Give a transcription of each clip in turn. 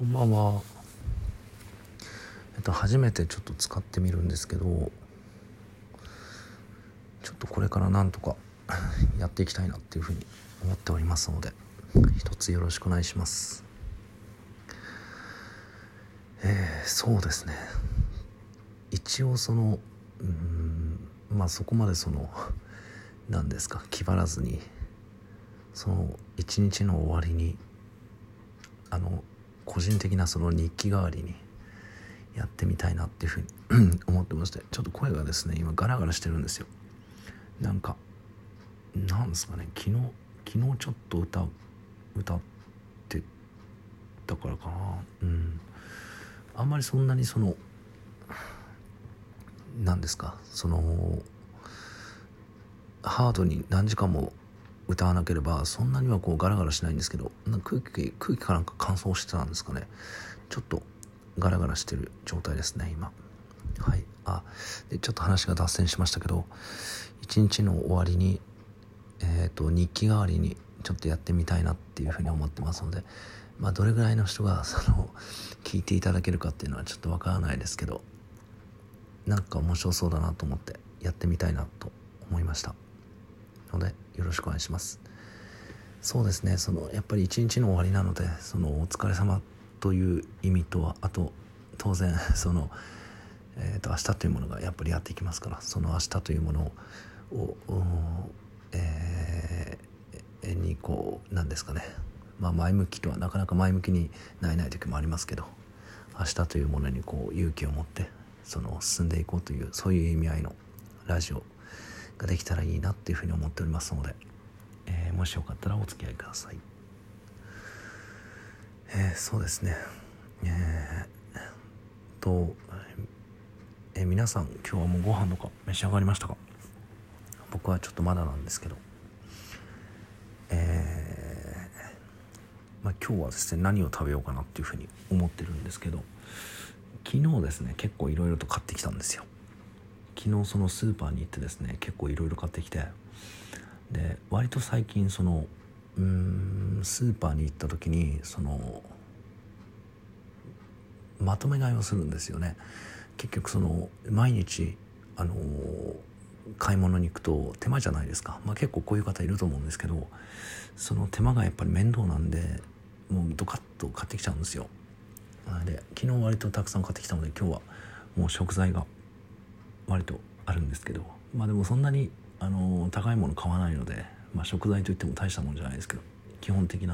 こんばんは。初めてちょっと使ってみるんですけど、ちょっとこれからなんとかやっていきたいなっていうふうに思っておりますので、一つよろしくお願いします。そうですね、一応そこまで何ですか、気張らずに一日の終わりに個人的な日記代わりにやってみたいなっていうふうに思ってまして、ちょっと声がですね今ガラガラしてるんですよ。なんですかね、昨日ちょっと歌ってたからかな。あんまりそんなに何ですか、ハードに何時間も歌わなければそんなにはガラガラしないんですけど、空気かなんか乾燥してたんですかね。ちょっとガラガラしてる状態ですね今。はい。でちょっと話が脱線しましたけど、一日の終わりに日記代わりにちょっとやってみたいなっていうふうに思ってますので、どれぐらいの人が聞いていただけるかっていうのはちょっとわからないですけど、なんか面白そうだなと思ってやってみたいなと思いましたので、よろしくお願いします。そうですね、やっぱり一日の終わりなので、お疲れ様という意味とは、あと当然明日というものがやっぱりやっていきますから、その明日というものをに何ですかね、前向きとはなかなか前向きになれない時もありますけど、明日というものに勇気を持って進んでいこうという、そういう意味合いのラジオができたらいいなっていうふうに思っておりますので、もしよかったらお付き合いください。そうですね、皆さん今日はもうご飯とか召し上がりましたか？僕はちょっとまだなんですけど、今日はですね何を食べようかなっていうふうに思ってるんですけど、昨日ですね結構いろいろと買ってきたんですよ。昨日スーパーに行ってですね結構いろいろ買ってきて、で割と最近スーパーに行った時にまとめ買いをするんですよね。結局毎日買い物に行くと手間じゃないですか。結構こういう方いると思うんですけど、その手間がやっぱり面倒なんで、もうドカッと買ってきちゃうんですよ。で昨日割とたくさん買ってきたので、今日はもう食材が割とあるんですけど、でもそんなに高いもの買わないので、食材といっても大したもんじゃないですけど、基本的な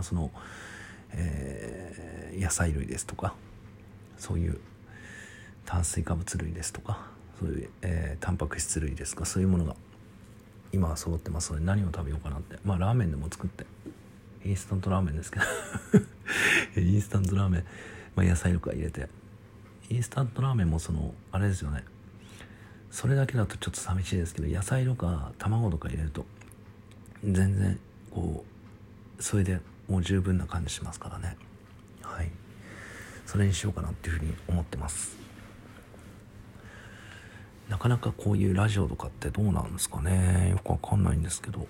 野菜類ですとか、そういう炭水化物類ですとか、そういう、タンパク質類ですとか、そういうものが今は揃ってますので、何を食べようかなって、ラーメンでも作って、インスタントラーメンですけどインスタントラーメン、野菜とか入れて、インスタントラーメンもあれですよね、それだけだとちょっと寂しいですけど、野菜とか卵とか入れると全然それでもう十分な感じしますからね。はい、それにしようかなっていうふうに思ってます。なかなかこういうラジオとかってどうなんですかね、よくわかんないんですけど、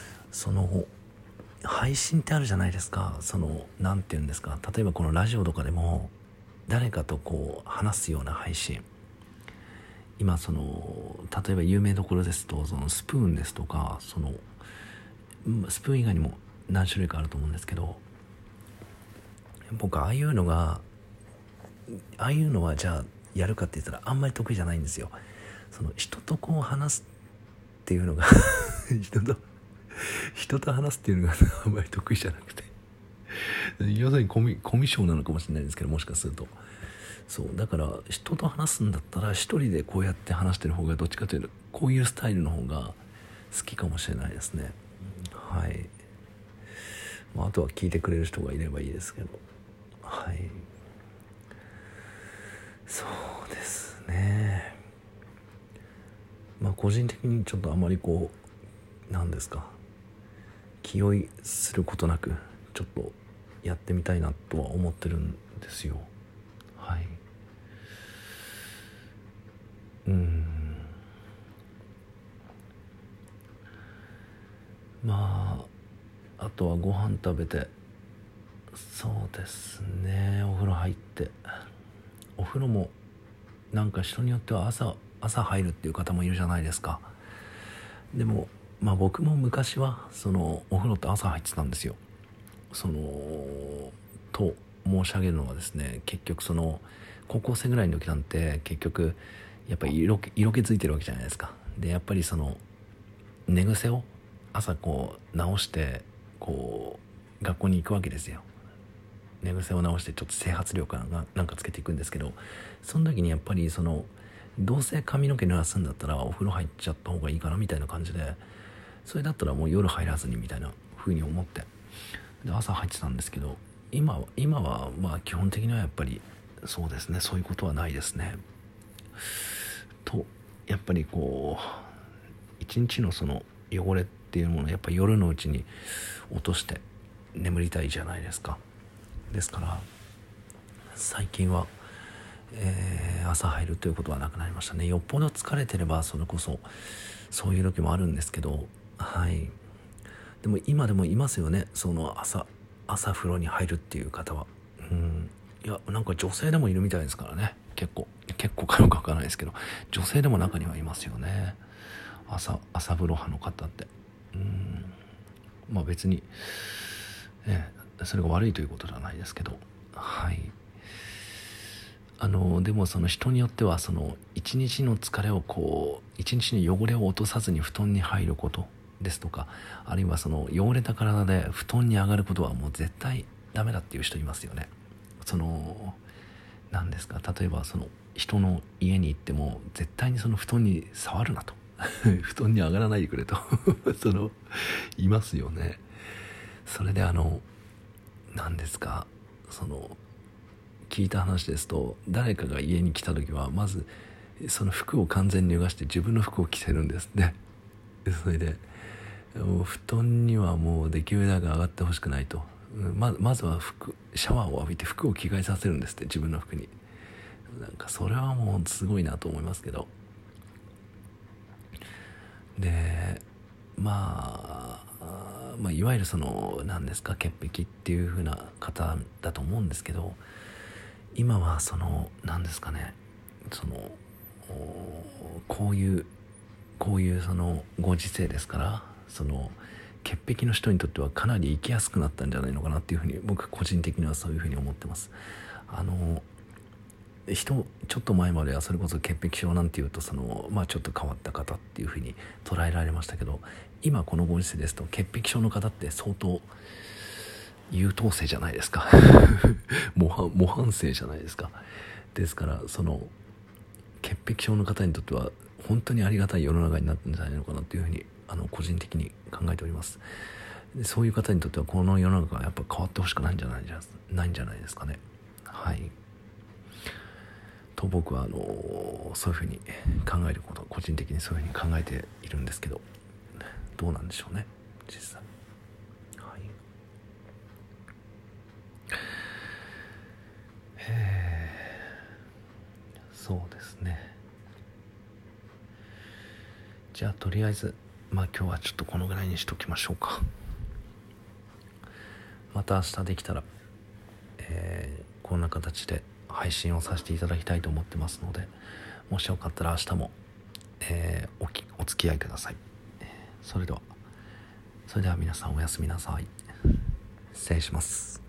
配信ってあるじゃないですか。なんて言うんですか、例えばこのラジオとかでも誰かと話すような配信、今例えば有名どころですとスプーンですとか、スプーン以外にも何種類かあると思うんですけど、僕ああいうのはじゃあやるかって言ったらあんまり得意じゃないんですよ。人と話すっていうのが人と話すっていうのがあんまり得意じゃなくて、要するにコミュ障なのかもしれないですけど、もしかするとそうだから、人と話すんだったら一人でこうやって話してる方が、どっちかというとこういうスタイルの方が好きかもしれないですね。はい。あとは聞いてくれる人がいればいいですけど、はい、そうですね。個人的にちょっとあまりなんですか、気負いすることなくちょっとやってみたいなとは思ってるんですよ。はい。あとはご飯食べて、 そうですね、お風呂入って、お風呂もなんか人によっては朝入るっていう方もいるじゃないですか。でも僕も昔はそのお風呂って朝入ってたんですよ。そのと申し上げるのはですね、結局その高校生ぐらいの時なんて結局やっぱり色気づいてるわけじゃないですか。でやっぱりその寝癖を朝こう直してこう学校に行くわけですよ。寝癖を直してちょっと整髪料かなんかつけていくんですけど、その時にやっぱりそのどうせ髪の毛濡らすんだったらお風呂入っちゃった方がいいかなみたいな感じで、それだったらもう夜入らずにみたいな風に思ってで朝入ってたんですけど、今は基本的にはやっぱりそうですね、そういうことはないですね。とやっぱりこう一日のその汚れっていうものをやっぱり夜のうちに落として眠りたいじゃないですか。ですから最近は、朝入るということはなくなりましたね。よっぽど疲れてればそれこそそういう時もあるんですけど、はい。でも今でもいますよね、その朝風呂に入るっていう方は。いやなんか女性でもいるみたいですからね。結構かよくわからないですけど、女性でも中にはいますよね、朝風呂派の方って。別に、それが悪いということではないですけど、はい。でもその人によってはその一日の疲れを一日の汚れを落とさずに布団に入ることですとか、あるいはその汚れた体で布団に上がることはもう絶対ダメだっていう人いますよね。その何ですか、例えばその人の家に行っても絶対にその布団に触るなと布団に上がらないでくれといますよね。それで何ですか、その聞いた話ですと、誰かが家に来た時はまずその服を完全に脱がして自分の服を着せるんですね。それでもう布団にはもうできるだけ上がってほしくないと、まずはシャワーを浴びて服を着替えさせるんですって、自分の服に。なんかそれはもうすごいなと思いますけど。でいわゆるその何ですか、潔癖っていう風な方だと思うんですけど、今はその何ですかね、そのこういうそのご時世ですから、その潔癖の人にとってはかなり生きやすくなったんじゃないのかなっていうふうに、僕個人的にはそういうふうに思ってます。ちょっと前まではそれこそ潔癖症なんていうとちょっと変わった方っていうふうに捉えられましたけど、今このご時世ですと潔癖症の方って相当優等生じゃないですか模範生じゃないですか。ですからその潔癖症の方にとっては本当にありがたい世の中になったんじゃないのかなというふうに個人的に考えております。でそういう方にとってはこの世の中がやっぱ変わってほしくないんじゃないですかね。はい。と僕はそういうふうに考えること、個人的にそういうふうに考えているんですけど、どうなんでしょうね実際。はい。そうですね。じゃあとりあえず今日はちょっとこのぐらいにしときましょうか。また明日できたら、こんな形で配信をさせていただきたいと思ってますので、もしよかったら明日も、お付き合いください。それでは皆さんおやすみなさい。失礼します。